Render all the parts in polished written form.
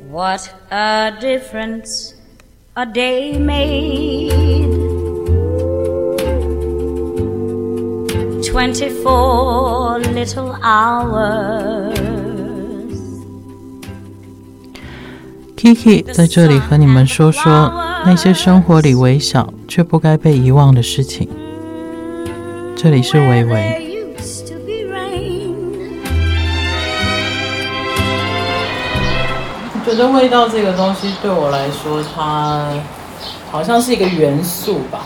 What a difference a day made. 24 little hours. Kiki 在这里和你们说说那些生活里微小却不该被遗忘的事情。这里是微微。我觉得味道这个东西对我来说，它好像是一个元素吧。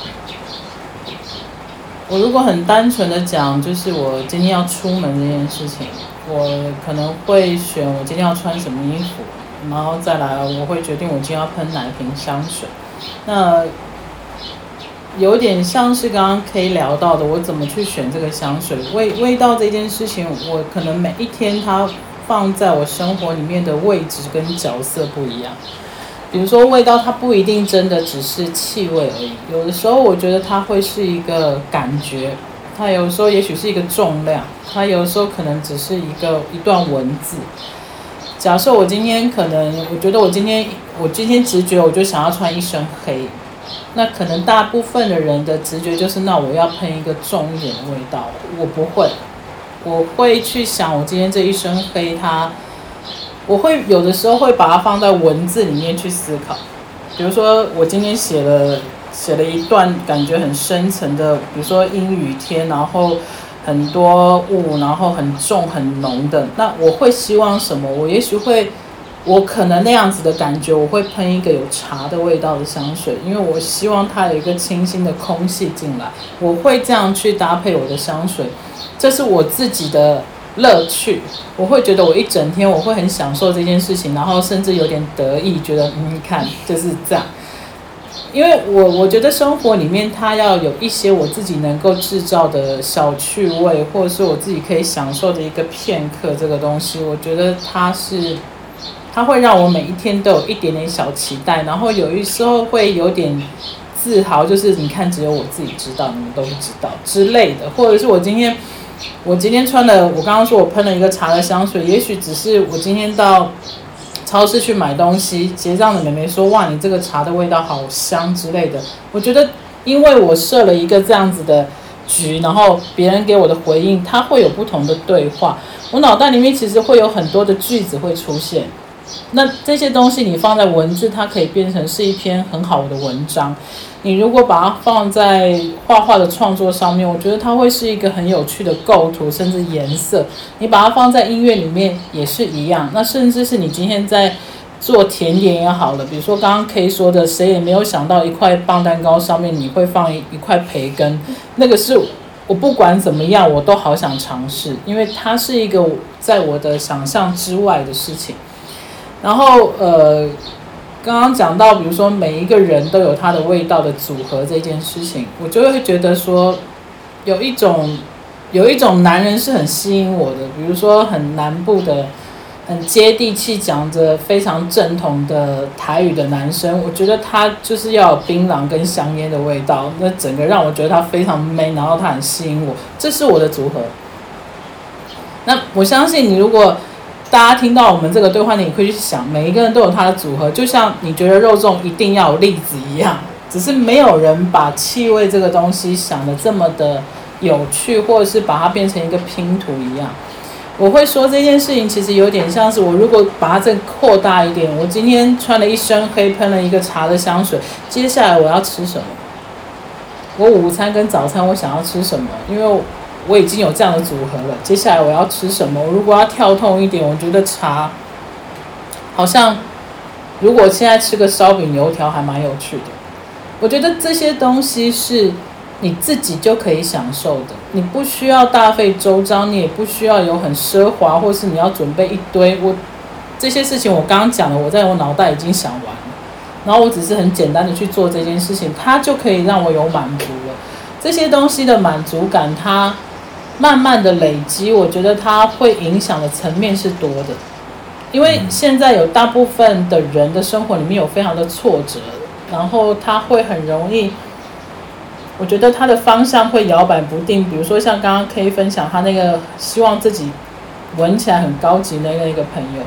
我如果很单纯的讲，就是我今天要出门这件事情，我可能会选我今天要穿什么衣服，然后再来我会决定我今天要喷哪一瓶香水。那有点像是刚刚可以聊到的，我怎么去选这个香水，味道这件事情，我可能每一天它放在我生活里面的位置跟角色不一样。比如说味道它不一定真的只是气味而已，有的时候我觉得它会是一个感觉，它有时候也许是一个重量，它有时候可能只是一段文字。假设我今天可能我觉得我今天直觉我就想要穿一身黑，那可能大部分的人的直觉就是那我要喷一个重一点的味道，我不会，我会去想我今天这一身黑我会有的时候会把它放在文字里面去思考。比如说我今天写了一段感觉很深层的，比如说阴雨天，然后很多雾，然后很重很浓的，那我会希望什么？我可能那样子的感觉，我会喷一个有茶的味道的香水，因为我希望它有一个清新的空气进来，我会这样去搭配我的香水，这是我自己的乐趣。我会觉得我一整天我会很享受这件事情，然后甚至有点得意，觉得看就是这样。因为我觉得生活里面它要有一些我自己能够制造的小趣味，或者是我自己可以享受的一个片刻，这个东西我觉得它会让我每一天都有一点点小期待，然后有一时候会有点自豪，就是你看只有我自己知道，你们都不知道之类的。或者是我今天穿的，我刚刚说我喷了一个茶的香水，也许只是我今天到超市去买东西，结账的妹妹说哇你这个茶的味道好香之类的。我觉得因为我设了一个这样子的局，然后别人给我的回应它会有不同的对话，我脑袋里面其实会有很多的句子会出现。那这些东西你放在文字，它可以变成是一篇很好的文章。你如果把它放在画画的创作上面，我觉得它会是一个很有趣的构图，甚至颜色。你把它放在音乐里面也是一样。那甚至是你今天在做甜点也好了，比如说刚刚 K 说的，谁也没有想到一块棒蛋糕上面你会放一块培根，那个是我不管怎么样我都好想尝试，因为它是一个在我的想象之外的事情。然后刚刚讲到比如说每一个人都有他的味道的组合这件事情，我就会觉得说有一种男人是很吸引我的，比如说很南部的很接地气讲着非常正统的台语的男生，我觉得他就是要有槟榔跟香烟的味道，那整个让我觉得他非常 man， 然后他很吸引我，这是我的组合。那我相信你如果大家听到我们这个对话，你会去想每一个人都有他的组合，就像你觉得肉粽一定要有栗子一样，只是没有人把气味这个东西想得这么的有趣，或者是把它变成一个拼图一样。我会说这件事情其实有点像是我如果把它再扩大一点，我今天穿了一身黑，喷了一个茶的香水，接下来我要吃什么？我午餐跟早餐我想要吃什么？因为我已经有这样的组合了，接下来我要吃什么？如果要跳痛一点，我觉得茶好像如果现在吃个烧饼油条还蛮有趣的。我觉得这些东西是你自己就可以享受的，你不需要大费周章，你也不需要有很奢华，或是你要准备一堆。这些事情我刚刚讲了，我在我脑袋已经想完了，然后我只是很简单的去做这件事情，它就可以让我有满足了。这些东西的满足感它慢慢的累积，我觉得它会影响的层面是多的。因为现在有大部分的人的生活里面有非常的挫折，然后他会很容易，我觉得他的方向会摇摆不定。比如说像刚刚 K 分享他那个希望自己闻起来很高级的那个朋友，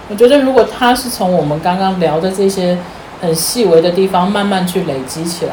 我觉得如果他是从我们刚刚聊的这些很细微的地方慢慢去累积起来，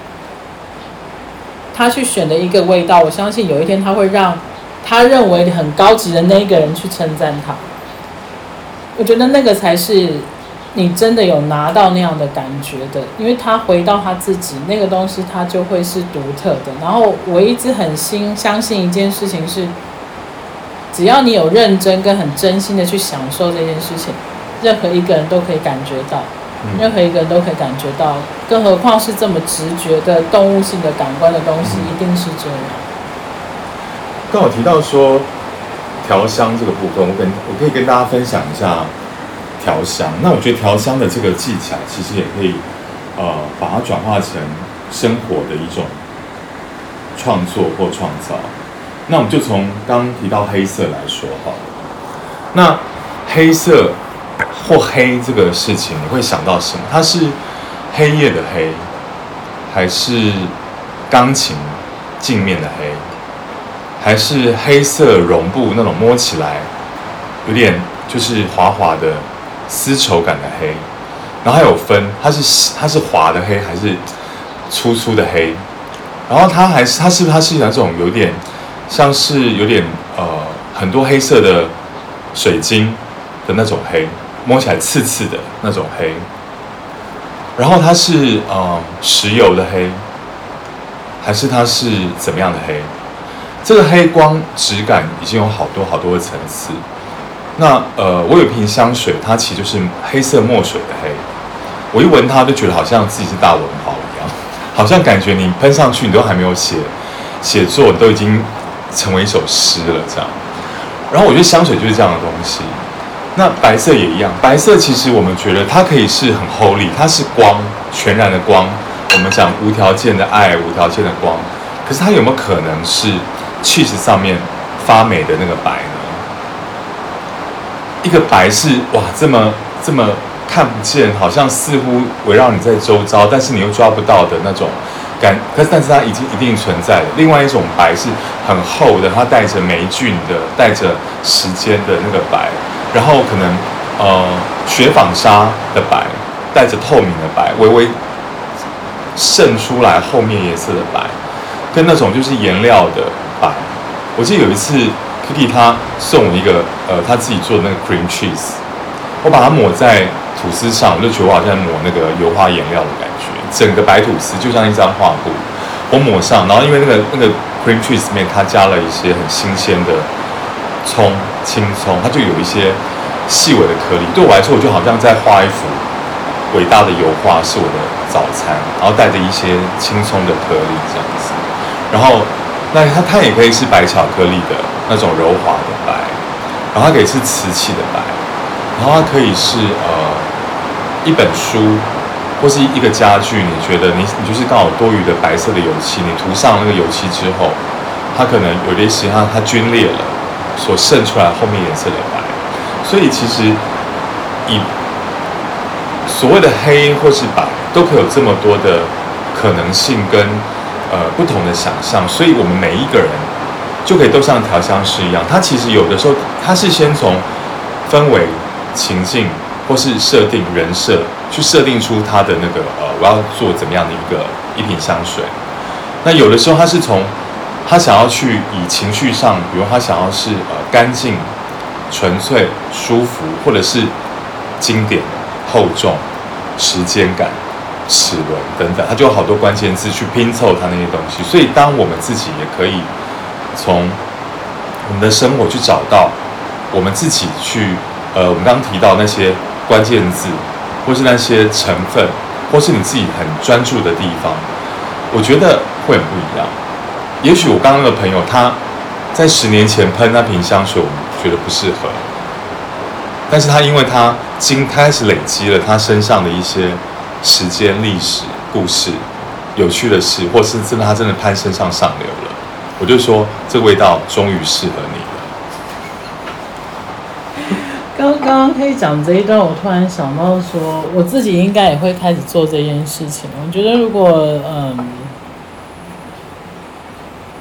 他去选的一个味道，我相信有一天他会让他认为很高级的那一个人去称赞他。我觉得那个才是你真的有拿到那样的感觉的，因为他回到他自己那个东西，他就会是独特的。然后我一直很相信一件事情是，只要你有认真跟很真心的去享受这件事情，任何一个人都可以感觉到，任何一个人都可以感觉到，更何况是这么直觉的动物性的感官的东西，一定是这样。 刚好提到说调香这个部分，我可以跟大家分享一下调香。那我觉得调香的这个技巧，其实也可以把它转化成生活的一种创作或创造。那我们就从刚刚提到黑色来说好了。那黑色或黑这个事情，你会想到什么？它是黑夜的黑，还是钢琴镜面的黑，还是黑色绒布那种摸起来有点就是滑滑的丝绸感的黑？然后还有分，它是滑的黑还是粗粗的黑？然后它是不是它是那种有点像是有点很多黑色的水晶的那种黑，摸起来刺刺的那种黑。然后它是石油的黑，还是它是怎么样的黑？这个黑光质感已经有好多好多的层次。那我有一瓶香水，它其实就是黑色墨水的黑。我一闻它就觉得好像自己是大文豪一样，好像感觉你喷上去，你都还没有写作，都已经成为一首诗了这样。然后我觉得香水就是这样的东西。那白色也一样，白色其实我们觉得它可以是很 holy， 它是光，全然的光。我们讲无条件的爱，无条件的光。可是它有没有可能是 cheese 上面发霉的那个白呢？一个白是哇这么看不见，好像似乎围绕你在周遭，但是你又抓不到的那种感，但是它已经一定存在的。另外一种白是很厚的，它带着霉菌的，带着时间的那个白，然后可能雪纺纱的白，带着透明的白，微微渗出来后面颜色的白，跟那种就是颜料的白。我记得有一次 Kiki 他送我一个他自己做的那个 cream cheese， 我把它抹在吐司上，我就觉得我好像抹那个油画颜料的感觉，整个白吐司就像一张画布，我抹上，然后因为那个 cream cheese 里面它加了一些很新鲜的葱，青葱，它就有一些细微的颗粒，对我来说我就好像在画一幅伟大的油画，是我的早餐，然后带着一些青葱的颗粒这样子。然后那它也可以是白巧克力的那种柔滑的白，然后它可以是瓷器的白，然后它可以是一本书或是一个家具，你觉得你就是刚好多余的白色的油漆，你涂上那个油漆之后，它可能有些时候它皲裂了，所渗出来后面颜色的白。所以其实以所谓的黑或是白，都可以有这么多的可能性跟不同的想象，所以我们每一个人就可以都像调香师一样，他其实有的时候他是先从氛围、情境或是设定人设，去设定出他的那个我要做怎么样的一瓶香水。那有的时候他是从他想要去以情绪上，比如他想要是干净、纯粹、舒服，或者是经典、厚重、时间感、齿轮等等，它就有好多关键字去拼凑它那些东西。所以当我们自己也可以从我们的生活去找到我们自己去我们刚刚提到那些关键字，或是那些成分，或是你自己很专注的地方，我觉得会很不一样。也许我刚刚那个朋友他在10年前喷那瓶香水，我们觉得不适合，但是他因为他开始累积了他身上的一些时间、历史、故事、有趣的事，或是他真的攀升上流了，我就说这个味道终于适合你了。 刚刚可以讲这一段，我突然想到说，我自己应该也会开始做这件事情。我觉得如果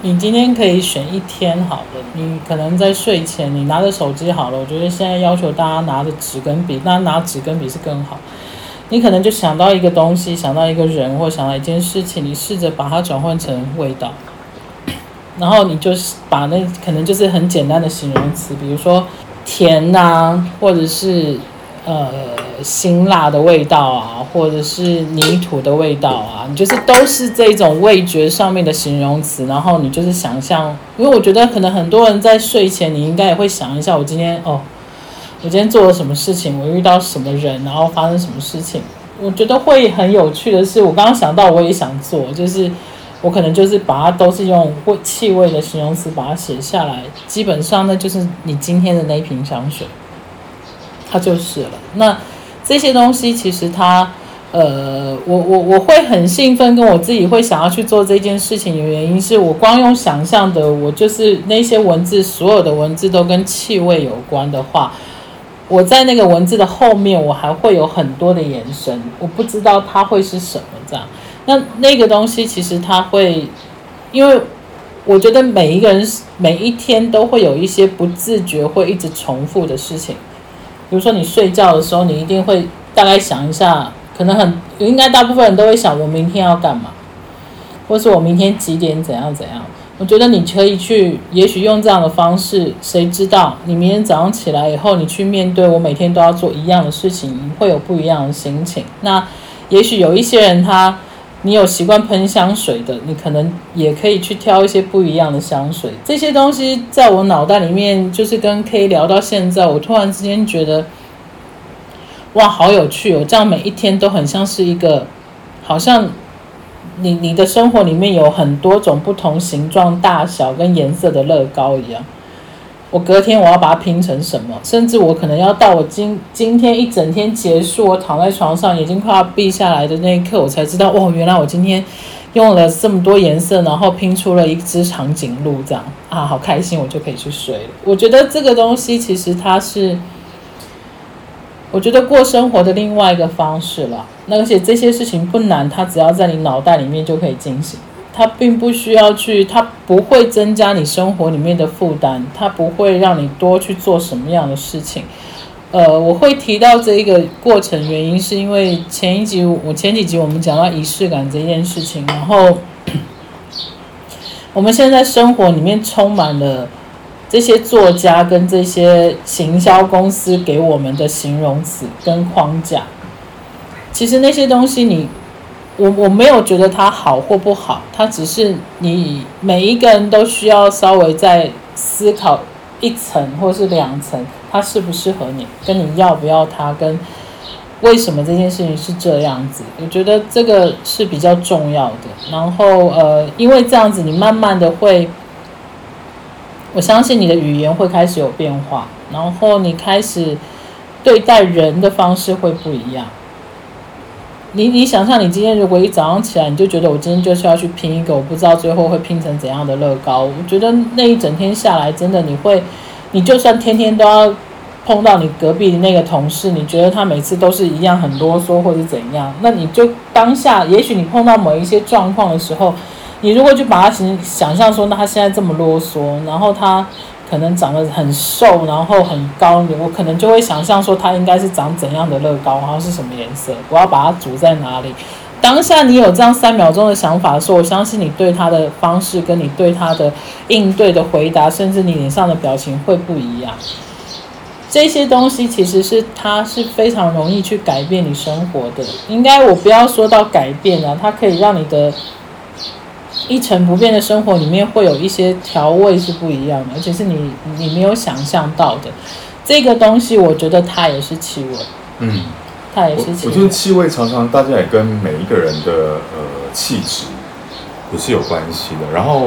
你今天可以选一天好了，你可能在睡前你拿着手机好了，我觉得现在要求大家拿着纸跟笔，那拿纸跟笔是更好。你可能就想到一个东西，想到一个人，或想到一件事情，你试着把它转换成味道，然后你就把那可能就是很简单的形容词，比如说甜啊，或者是辛辣的味道啊，或者是泥土的味道啊，你就是都是这种味觉上面的形容词，然后你就是想象，因为我觉得可能很多人在睡前，你应该也会想一下，我今天做了什么事情，我遇到什么人，然后发生什么事情。我觉得会很有趣的是，我刚刚想到，我也想做，就是我可能就是把它都是用气味的形容词把它写下来，基本上呢就是你今天的那一瓶香水，它就是了。那这些东西其实它，我会很兴奋，跟我自己会想要去做这件事情的原因是我光用想象的，我就是那些文字，所有的文字都跟气味有关的话。我在那个文字的后面，我还会有很多的延伸，我不知道它会是什么这样。那个东西其实它会，因为我觉得每一个人每一天都会有一些不自觉会一直重复的事情，比如说你睡觉的时候，你一定会大概想一下，可能应该大部分人都会想我明天要干嘛，或是我明天几点怎样怎样。我觉得你可以去，也许用这样的方式，谁知道你明天早上起来以后，你去面对我每天都要做一样的事情，你会有不一样的心情。那也许有一些人你有习惯喷香水的，你可能也可以去挑一些不一样的香水。这些东西在我脑袋里面，就是跟 K 聊到现在，我突然之间觉得，哇，好有趣哦！这样每一天都很像是一个，好像。你的生活里面有很多种不同形状、大小跟颜色的乐高一样。我隔天我要把它拼成什么？甚至我可能要到我今天一整天结束，我躺在床上眼睛快要闭下来的那一刻，我才知道，哦，原来我今天用了这么多颜色，然后拼出了一只长颈鹿，这样啊，好开心，我就可以去睡了。我觉得这个东西其实它是。我觉得过生活的另外一个方式啦，而且这些事情不难，它只要在你脑袋里面就可以进行，它并不需要它不会增加你生活里面的负担，它不会让你多去做什么样的事情。我会提到这一个过程原因，是因为前几集我们讲到仪式感这件事情，然后我们现在生活里面充满了。这些作家跟这些行销公司给我们的形容词跟框架，其实那些东西我没有觉得它好或不好，它只是你每一个人都需要稍微再思考一层或是两层，它适不适合你，跟你要不要它，跟为什么这件事情是这样子，我觉得这个是比较重要的。然后因为这样子，你慢慢的会。我相信你的语言会开始有变化，然后你开始对待人的方式会不一样。你想象你今天如果一早上起来你就觉得我今天就是要去拼一个我不知道最后会拼成怎样的乐高，我觉得那一整天下来真的你就算天天都要碰到你隔壁的那个同事，你觉得他每次都是一样很啰嗦或者怎样，那你就当下也许你碰到某一些状况的时候，你如果就把他想象说，那他现在这么啰嗦，然后他可能长得很瘦，然后很高，我可能就会想象说他应该是长怎样的乐高，然后是什么颜色，我要把它煮在哪里。当下你有这样3秒钟的想法的时候，我相信你对他的方式跟你对他的应对的回答，甚至你脸上的表情会不一样。这些东西其实它是非常容易去改变你生活的。应该我不要说到改变啊，它可以让你的一成不变的生活里面会有一些调味是不一样的，而且是你没有想象到的。这个东西我觉得它也是气味，它也是气味。 我觉得气味常常大家也跟每一个人的气质也是有关系的。然后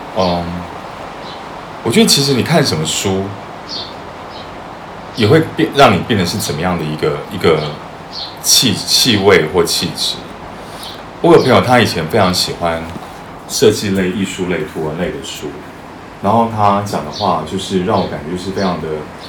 我觉得其实你看什么书也会让你变得是怎么样的一个气味或气质。我有朋友他以前非常喜欢设计类、艺术类、图文类的书，然后他讲的话就是让我感觉就是非常的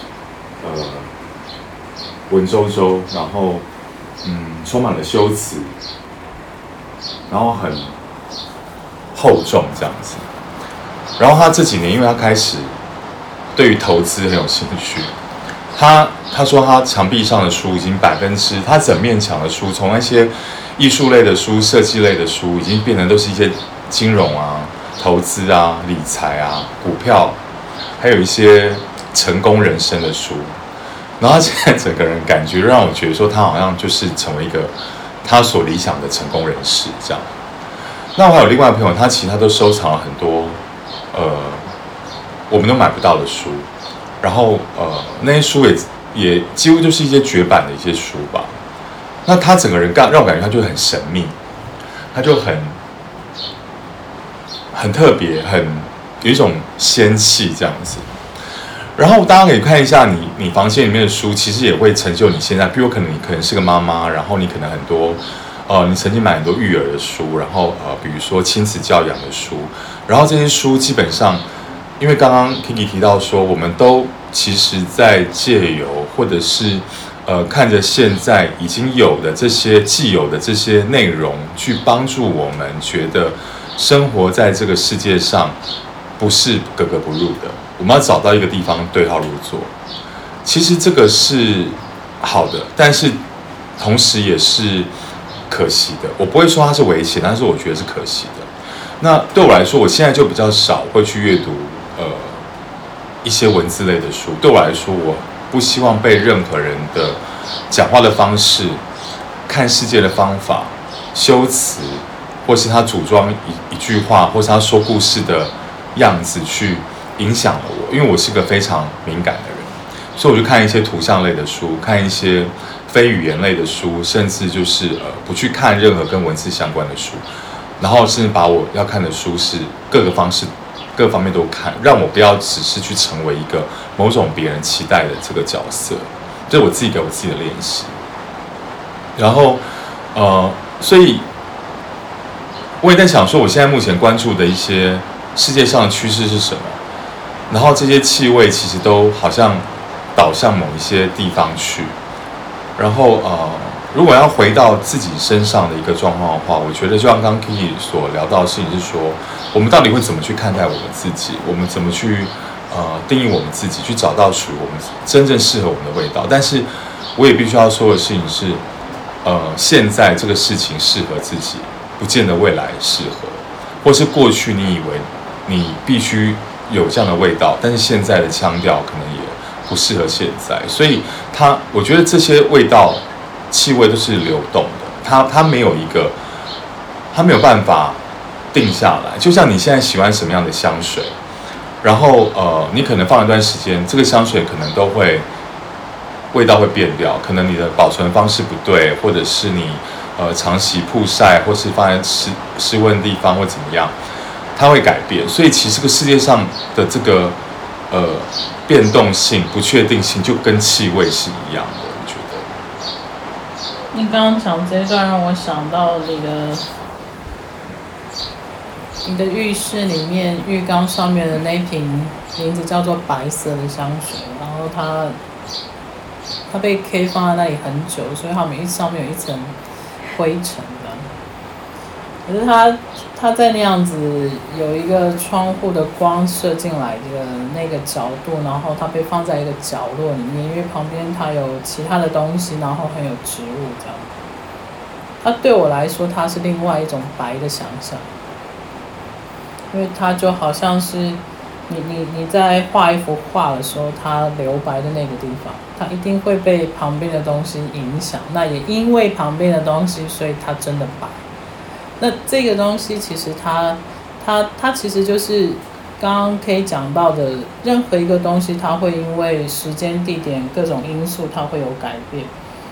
文绉绉，然后充满了修辞，然后很厚重这样子。 然后他这几年，因为他开始对于投资很有兴趣，他说他墙壁上的书已经他整面墙的书，从那些艺术类的书、设计类的书，已经变成都是一些金融啊、投资啊、理财啊、股票，还有一些成功人生的书。然后他现在整个人感觉让我觉得说，他好像就是成为一个他所理想的成功人士这样。那我还有另外一个朋友，他其实他都收藏了很多我们都买不到的书，然后那些书也几乎就是一些绝版的一些书吧。那他整个人让我感觉他就很神秘，他就很特别，有一种仙气这样子。然后大家可以看一下你房间里面的书，其实也会成就你现在。比如你可能是个妈妈，然后你可能很多你曾经买很多育儿的书，然后比如说亲子教养的书，然后这些书基本上，因为刚刚 Kiki 提到说，我们都其实在借由或者是看着现在已经有的这些既有的这些内容，去帮助我们觉得生活在这个世界上不是格格不入的。我们要找到一个地方对号入座，其实这个是好的，但是同时也是可惜的。我不会说它是危险，但是我觉得是可惜的。那对我来说，我现在就比较少会去阅读一些文字类的书。对我来说，我不希望被任何人的讲话的方式、看世界的方法、修辞，或是他组装一句话，或是他说故事的样子去影响了我。因为我是个非常敏感的人，所以我就看一些图像类的书，看一些非语言类的书，甚至就是不去看任何跟文字相关的书，然后甚至把我要看的书是各方面都看，让我不要只是去成为一个某种别人期待的这个角色，这是我自己给我自己的练习。然后所以我也在想说，我现在目前关注的一些世界上的趋势是什么，然后这些气味其实都好像导向某一些地方去。然后如果要回到自己身上的一个状况的话，我觉得就像刚刚 Kiki 所聊到的事情是说，我们到底会怎么去看待我们自己，我们怎么去定义我们自己，去找到属于我们真正适合我们的味道。但是我也必须要说的事情是，现在这个事情适合自己，不见得未来适合，或是过去你以为你必须有这样的味道，但是现在的腔调可能也不适合现在。所以我觉得这些味道、气味都是流动的，它没有办法定下来。就像你现在喜欢什么样的香水，然后你可能放一段时间，这个香水可能都会味道会变掉，可能你的保存方式不对，或者是你长期曝晒，或是放在湿温地方或怎么样，它会改变。所以其实这个世界上的这个变动性、不确定性，就跟气味是一样的。我觉得你刚刚讲这一段让我想到你的浴室里面浴缸上面的那瓶名字叫做白色的香水，然后它被 K 放在那里很久，所以它上面有一层灰尘的。可是它在那样子有一个窗户的光射进来的那个角度，然后它被放在一个角落里面，因为旁边它有其他的东西，然后还有植物这样。它对我来说，它是另外一种白的想象，因为它就好像是你在画一幅画的时候，它留白的那个地方，它一定会被旁边的东西影响。那也因为旁边的东西，所以它真的白。那这个东西其实它其实就是刚刚可以讲到的，任何一个东西，它会因为时间、地点各种因素，它会有改变。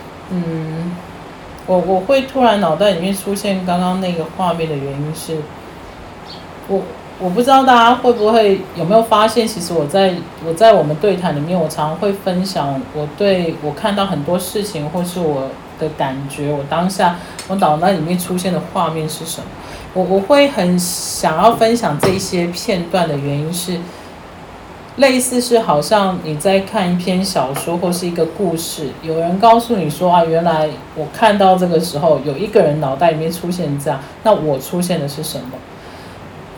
我会突然脑袋里面出现刚刚那个画面的原因是，我不知道大家会不会有没有发现，其实我在我们对谈里面，我常会分享我看到很多事情，或是我的感觉，我当下我脑袋里面出现的画面是什么。我会很想要分享这一些片段的原因是，类似是好像你在看一篇小说或是一个故事，有人告诉你说原来我看到这个时候有一个人脑袋里面出现这样，那我出现的是什么？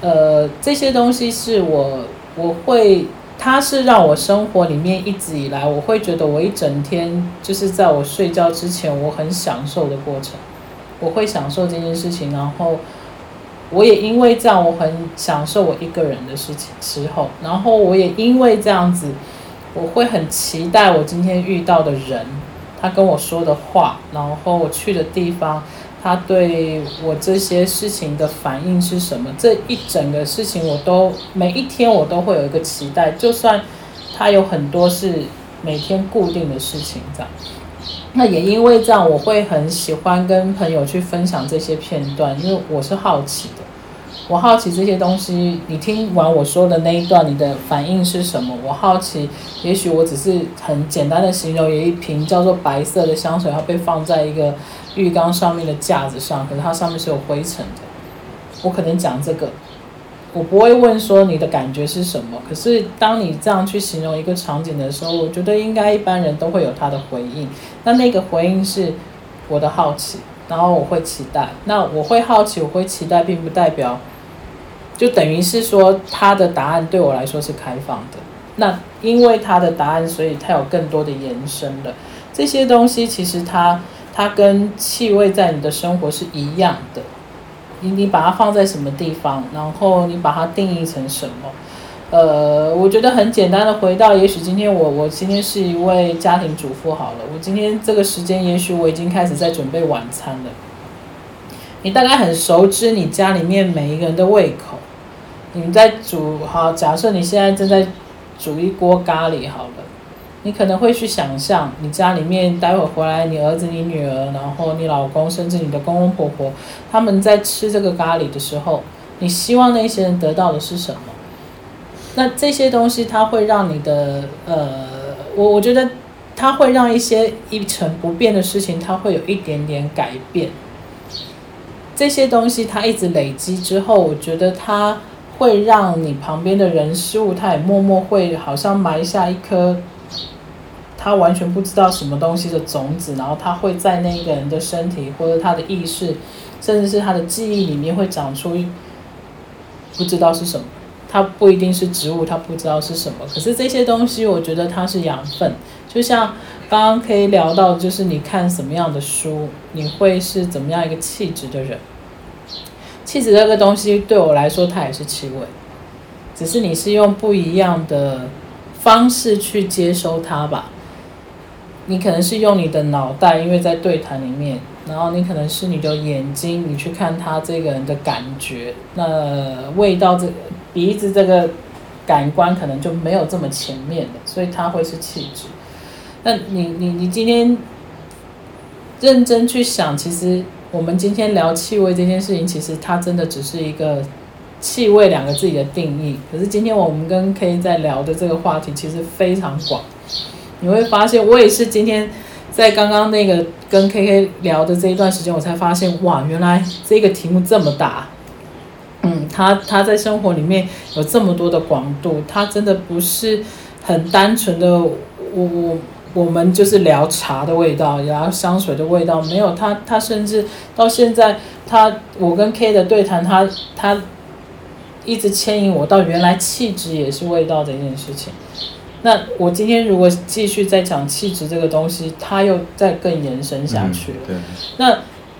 这些东西是我会，它是让我生活里面一直以来，我会觉得我一整天就是在我睡觉之前，我很享受的过程，我会享受这件事情，然后我也因为这样，我很享受我一个人的事情之后，然后我也因为这样子，我会很期待我今天遇到的人，他跟我说的话，然后我去的地方，他对我这些事情的反应是什么？这一整个事情，每一天我都会有一个期待，就算它有很多是每天固定的事情这样。那也因为这样，我会很喜欢跟朋友去分享这些片段，因为我是好奇的。我好奇这些东西，你听完我说的那一段，你的反应是什么？我好奇，也许我只是很简单的形容，有一瓶叫做白色的香水，它被放在一个浴缸上面的架子上，可是它上面是有灰尘的。我可能讲这个，我不会问说你的感觉是什么。可是当你这样去形容一个场景的时候，我觉得应该一般人都会有他的回应。那个回应是我的好奇，然后我会期待。那我会好奇，我会期待，并不代表就等于是说他的答案对我来说是开放的。那因为他的答案，所以他有更多的延伸了。这些东西其实它跟气味在你的生活是一样的。你把它放在什么地方，然后你把它定义成什么？我觉得很简单的回到，也许今天我今天是一位家庭主妇好了，我今天这个时间，也许我已经开始在准备晚餐了。你大概很熟知你家里面每一个人的胃口。你在煮好，假设你现在正在煮一锅咖喱好了，你可能会去想象你家里面待会回来，你儿子、你女儿，然后你老公，甚至你的公公婆婆，他们在吃这个咖喱的时候，你希望那些人得到的是什么？那这些东西它会让你的我觉得它会让一些一成不变的事情，它会有一点点改变。这些东西它一直累积之后，我觉得它会让你旁边的人事物，它也默默会好像埋下一颗他完全不知道什么东西的种子，然后他会在那个人的身体或者他的意识，甚至是他的记忆里面会长出不知道是什么。它不一定是植物，它不知道是什么，可是这些东西我觉得它是养分。就像刚刚可以聊到，就是你看什么样的书，你会是怎么样一个气质的人。气质这个东西对我来说，它也是气味，只是你是用不一样的方式去接收它吧。你可能是用你的脑袋，因为在对谈里面，然后你可能是你的眼睛，你去看他这个人的感觉。那味道鼻子这个感官可能就没有这么前面的，所以它会是气质。那你今天认真去想，其实我们今天聊气味这件事情，其实它真的只是一个气味两个自己的定义。可是今天我们跟 K 在聊的这个话题其实非常广。你会发现，我也是今天在刚刚那个跟 KK 聊的这一段时间，我才发现，哇，原来这个题目这么大。他在生活里面有这么多的广度，他真的不是很单纯的我们就是聊茶的味道，聊香水的味道，没有他甚至到现在，我跟 K 的对谈，他一直牵引我到原来气质也是味道这件事情。那我今天如果继续再讲气质这个东西，它又再更延伸下去了。 对。 那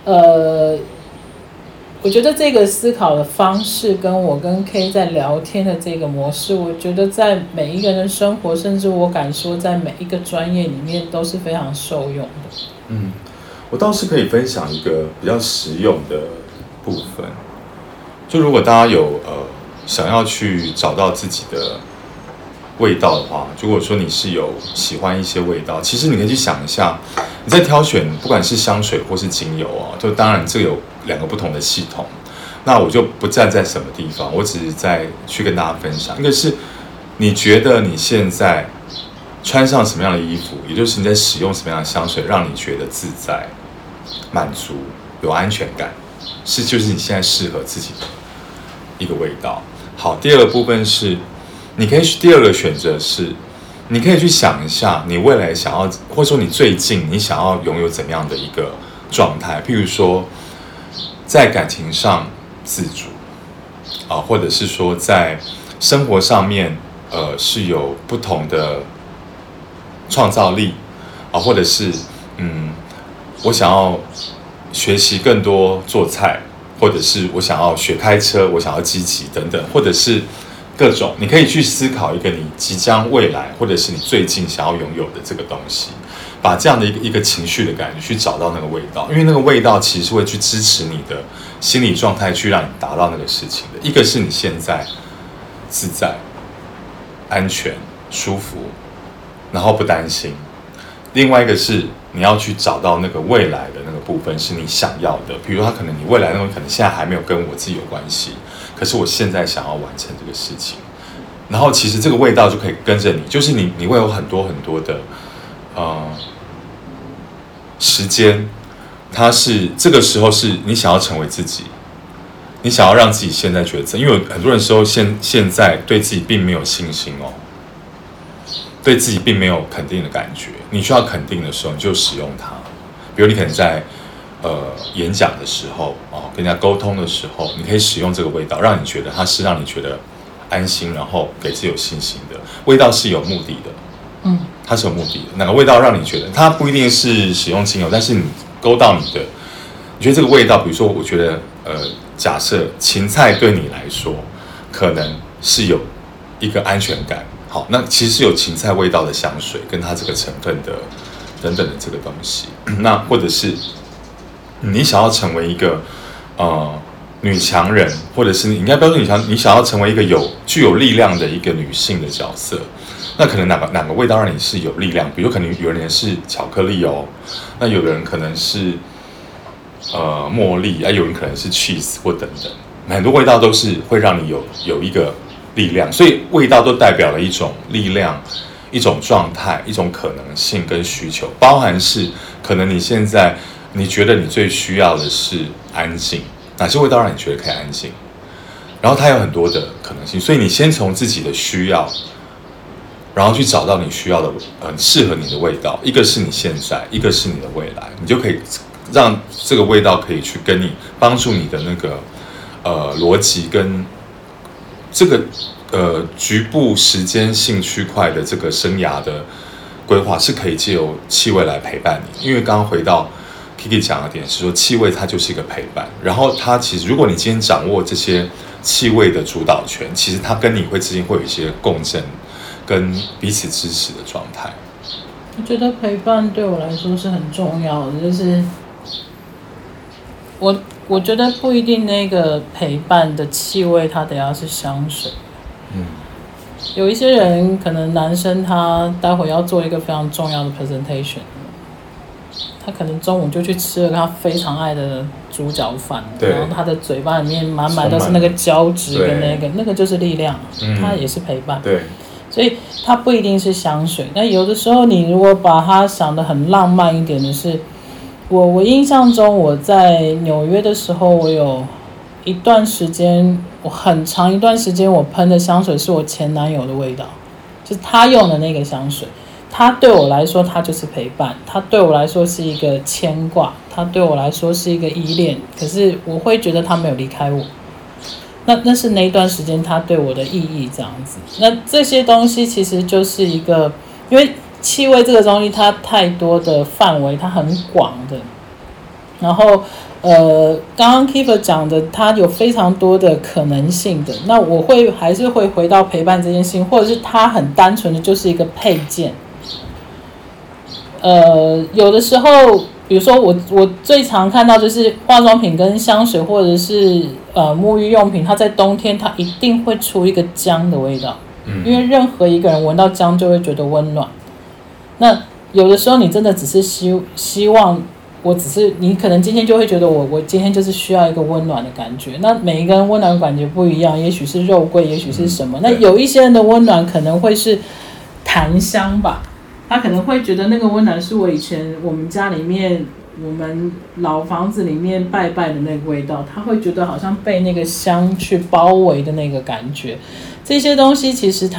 我觉得这个思考的方式跟我跟 K 在聊天的这个模式，我觉得在每一个人的生活，甚至我敢说在每一个专业里面都是非常受用的。 我倒是可以分享一个比较实用的部分，就如果大家有想要去找到自己的味道的话，如果说你是有喜欢一些味道，其实你可以去想一下，你在挑选不管是香水或是精油就当然这个有2个不同的系统，那我就不站在什么地方，我只是在去跟大家分享。一个是你觉得你现在穿上什么样的衣服，也就是你在使用什么样的香水，让你觉得自在、满足、有安全感，就是你现在适合自己的一个味道。好，第2个部分是第2个选择是，你可以去想一下，你未来想要，或者说你最近你想要拥有怎么样的一个状态？譬如说，在感情上自主， 或者是说在生活上面是有不同的创造力或者是我想要学习更多做菜，或者是我想要学开车，我想要积极等等，或者是各种，你可以去思考一个你即将未来，或者是你最近想要拥有的这个东西，把这样的一个情绪的感觉去找到那个味道，因为那个味道其实是会去支持你的心理状态，去让你达到那个事情的。一个是你现在自在、安全、舒服，然后不担心；另外一个是你要去找到那个未来的那个部分是你想要的，比如说可能你未来那个可能现在还没有跟我自己有关系，可是我现在想要完成这个事情，然后其实这个味道就可以跟着你，就是你会有很多很多的时间，它是这个时候是你想要成为自己，你想要让自己现在觉得，因为很多人时候现在对自己并没有信心对自己并没有肯定的感觉，你需要肯定的时候，你就使用它。比如你可能在演讲的时候跟人家沟通的时候，你可以使用这个味道，让你觉得它是让你觉得安心，然后给自己有信心的味道是有目的的。它是有目的的。哪个味道让你觉得它不一定是使用精油，但是你勾到你觉得这个味道，比如说我觉得假设芹菜对你来说可能是有一个安全感。好，那其实是有芹菜味道的香水，跟它这个成分的等等的这个东西。那或者是你想要成为一个女强人，或者是你应该不要说女强，你想要成为一个具有力量的一个女性的角色，那可能哪个味道让你是有力量？比如可能有人是巧克力那有人可能是茉莉有人可能是 cheese 或等等，很多味道都是会让你有一个力量，所以味道都代表了一种力量、一种状态、一种可能性跟需求，包含是可能你现在你觉得你最需要的是安静，哪些味道让你觉得可以安静？然后它有很多的可能性，所以你先从自己的需要，然后去找到你需要的适合你的味道，一个是你现在，一个是你的未来，你就可以让这个味道可以去跟你帮助你的那个逻辑跟这个局部时间性区块的这个生涯的规划是可以借由气味来陪伴你。因为刚刚回到 Kiki 讲的点是说，气味它就是一个陪伴，然后它其实如果你今天掌握这些气味的主导权，其实它跟你之间会有一些共振跟彼此支持的状态。 我觉得陪伴对我来说是很重要的，就是我觉得不一定那个陪伴的气味它得要是香水。有一些人可能男生他待会要做一个非常重要的 presentation， 他可能中午就去吃了他非常爱的猪脚饭，然后他的嘴巴里面满满都是那个胶质跟那个就是力量，它也是陪伴。 对， 所以它不一定是香水。那有的时候你如果把它想得很浪漫一点的是，我印象中我在纽约的时候，我有一段时间，我很长一段时间我喷的香水是我前男友的味道，就是他用的那个香水，他对我来说他就是陪伴，他对我来说是一个牵挂，他对我来说是一个依恋，可是我会觉得他没有离开我，那是那一段时间他对我的意义这样子。那这些东西其实就是一个，因为气味这个东西它太多的范围，它很广的，然后刚刚 Kiefer 讲的，它有非常多的可能性的。那我还是会回到陪伴这件事情，或者是它很单纯的就是一个配件。有的时候，比如说我最常看到就是化妆品跟香水，或者是沐浴用品，它在冬天它一定会出一个姜的味道，因为任何一个人闻到姜就会觉得温暖。那有的时候你真的只是希望。你可能今天就会觉得我今天就是需要一个温暖的感觉。那每一个人温暖的感觉不一样，也许是肉桂，也许是什么。那有一些人的温暖可能会是檀香吧，他可能会觉得那个温暖是我以前我们家里面我们老房子里面拜拜的那个味道，他会觉得好像被那个香去包围的那个感觉。这些东西其实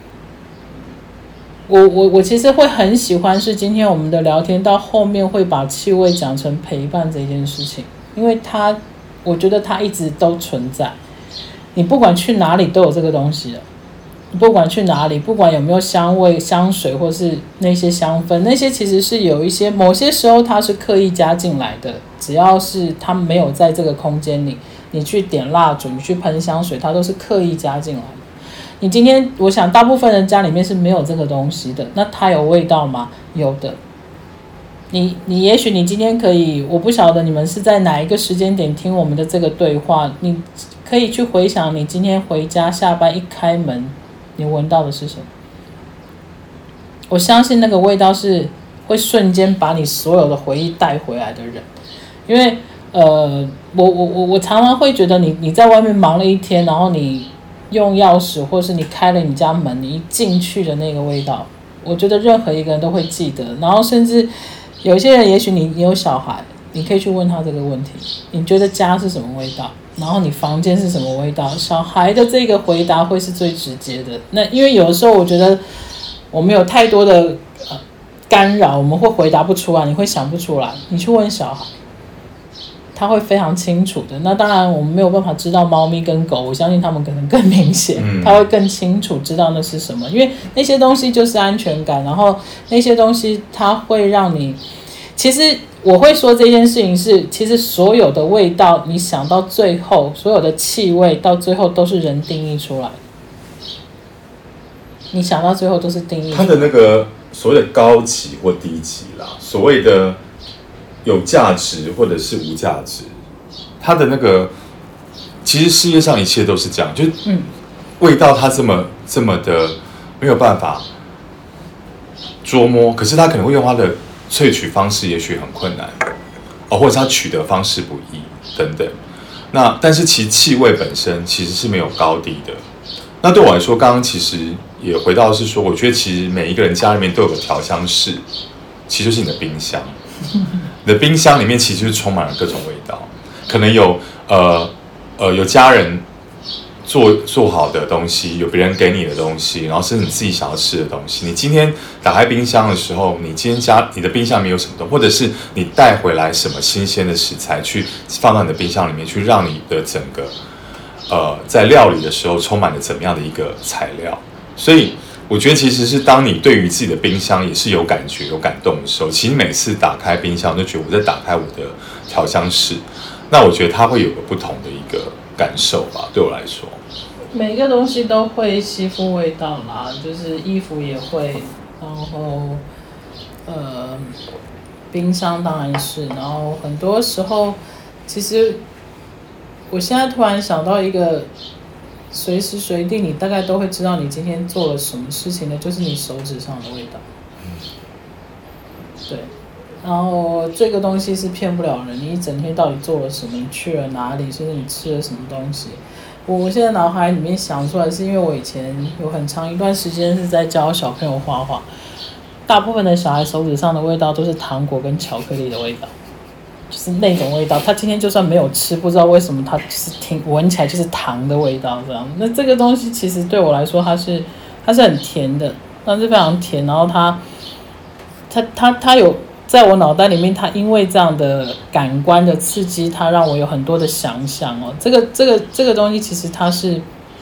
我其实会很喜欢是今天我们的聊天到后面会把气味讲成陪伴这件事情，因为我觉得它一直都存在。 你不管去哪里都有这个东西了。不管去哪里，不管有没有香味、香水或是那些香氛，那些其实是有一些某些时候它是刻意加进来的。只要是它没有在这个空间里，你去点蜡烛，你去喷香水，它都是刻意加进来的。你今天，我想大部分人家里面是没有这个东西的，那它有味道吗？有的。你也许你今天可以，我不晓得你们是在哪一个时间点听我们的这个对话，你可以去回想你今天回家下班一开门。你闻到的是什么？我相信那个味道是会瞬间把你所有的回忆带回来的人，因为我常常会觉得你在外面忙了一天，然后你用钥匙或是你开了你家门，你一进去的那个味道，我觉得任何一个人都会记得。然后甚至有些人，也许你有小孩，你可以去问他这个问题：你觉得家是什么味道？然后你房间是什么味道？小孩的这个回答会是最直接的。那因为有的时候我觉得我们有太多的干扰，我们会回答不出来，你会想不出来。你去问小孩，他会非常清楚的。那当然我们没有办法知道猫咪跟狗，我相信他们可能更明显，他会更清楚知道那是什么，因为那些东西就是安全感，然后那些东西它会让你，其实我会说这件事情是，其实所有的味道，你想到最后，所有的气味到最后都是人定义出来的。你想到最后都是定义出来的。 它的那个所谓的高级或低级啦，所谓的有价值或者是无价值，它的那个，其实世界上一切都是这样，就是味道它这么的没有办法捉摸，可是它可能会用它的萃取方式也许很困难，或者是它取得方式不易等等。那但是其实气味本身其实是没有高低的。那对我来说，刚刚其实也回到是说，我觉得其实每一个人家里面都有个调香室，其实就是你的冰箱。你的冰箱里面其实就是充满了各种味道，可能有有家人做好的东西，有别人给你的东西，然后是你自己想要吃的东西。你今天打开冰箱的时候，你今天你的冰箱里面有什么东西，或者是你带回来什么新鲜的食材去放到你的冰箱里面，去让你的整个在料理的时候充满了怎么样的一个材料。所以我觉得其实是当你对于自己的冰箱也是有感觉有感动的时候，其实每次打开冰箱就觉得我在打开我的调香室，那我觉得它会有个不同的一个感受吧，对我来说。 每个东西都会吸附味道啦，就是衣服也会，然后冰箱当然是，然后很多时候其实我现在突然想到一个随时随地你大概都会知道你今天做了什么事情的，就是你手指上的味道。对，然后这个东西是骗不了人，你一整天到底做了什么，你去了哪里，甚至你吃了什么东西。我现在脑海里面想出来，是因为我以前有很长一段时间是在教小朋友画画，大部分的小孩手指上的味道都是糖果跟巧克力的味道，就是那种味道。他今天就算没有吃，不知道为什么他就是闻起来就是糖的味道这样。那这个东西其实对我来说，它是很甜的，它是非常甜，然后它有。在我脑袋里面，它因为这样的感官的刺激，它让我有很多的想象哦。这个东西其实它是，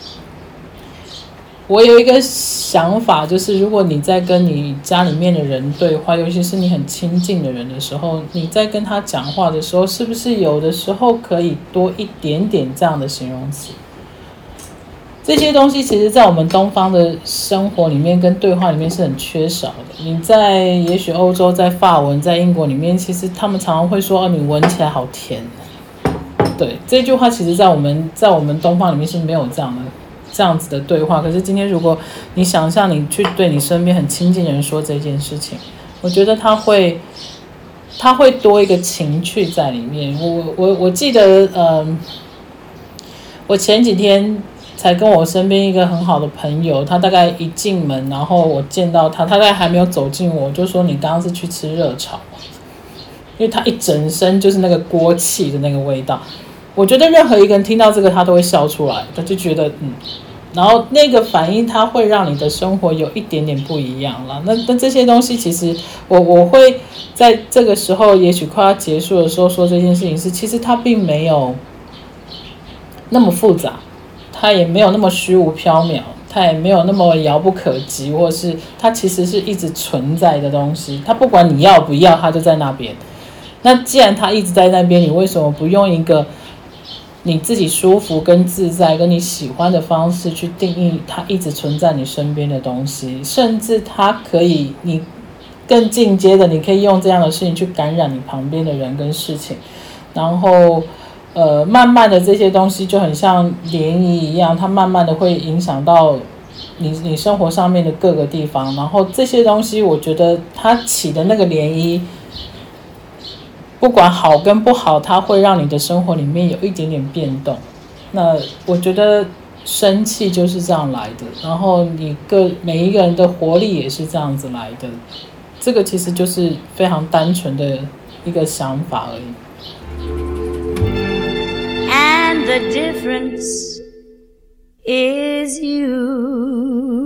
我有一个想法，就是如果你在跟你家里面的人对话，尤其是你很亲近的人的时候，你在跟他讲话的时候，是不是有的时候可以多一点点这样的形容词？这些东西其实在我们东方的生活里面跟对话里面是很缺少的。你在也许欧洲，在法文，在英国里面，其实他们常常会说你闻起来好甜。对，这句话其实在我们东方里面是没有这样子的对话。可是今天如果你想象你去对你身边很亲近的人说这件事情，我觉得他会多一个情趣在里面。我记得我前几天才跟我身边一个很好的朋友，他大概一进门，然后我见到他大概还没有走近我就说你刚刚是去吃热炒，因为他一整身就是那个锅气的那个味道。我觉得任何一个人听到这个他都会笑出来，他就觉得然后那个反应它会让你的生活有一点点不一样了。那这些东西其实我会在这个时候也许快要结束的时候说这件事情是，其实它并没有那么复杂。 它也没有那么虚无缥缈，它也没有那么遥不可及，或是它其实是一直存在的东西，它不管你要不要，它就在那边。那既然它一直在那边，你为什么不用一个你自己舒服跟自在跟你喜欢的方式去定义它一直存在你身边的东西？甚至它可以，你更进阶的，你可以用这样的事情去感染你旁边的人跟事情，然后慢慢的这些东西就很像涟漪一样，它慢慢的会影响到你生活上面的各个地方，然后这些东西我觉得它起的那个涟漪，不管好跟不好，它会让你的生活里面有一点点变动。那我觉得生气就是这样来的，然后每一个人的活力也是这样子来的，这个其实就是非常单纯的一个想法而已。 And the difference is you.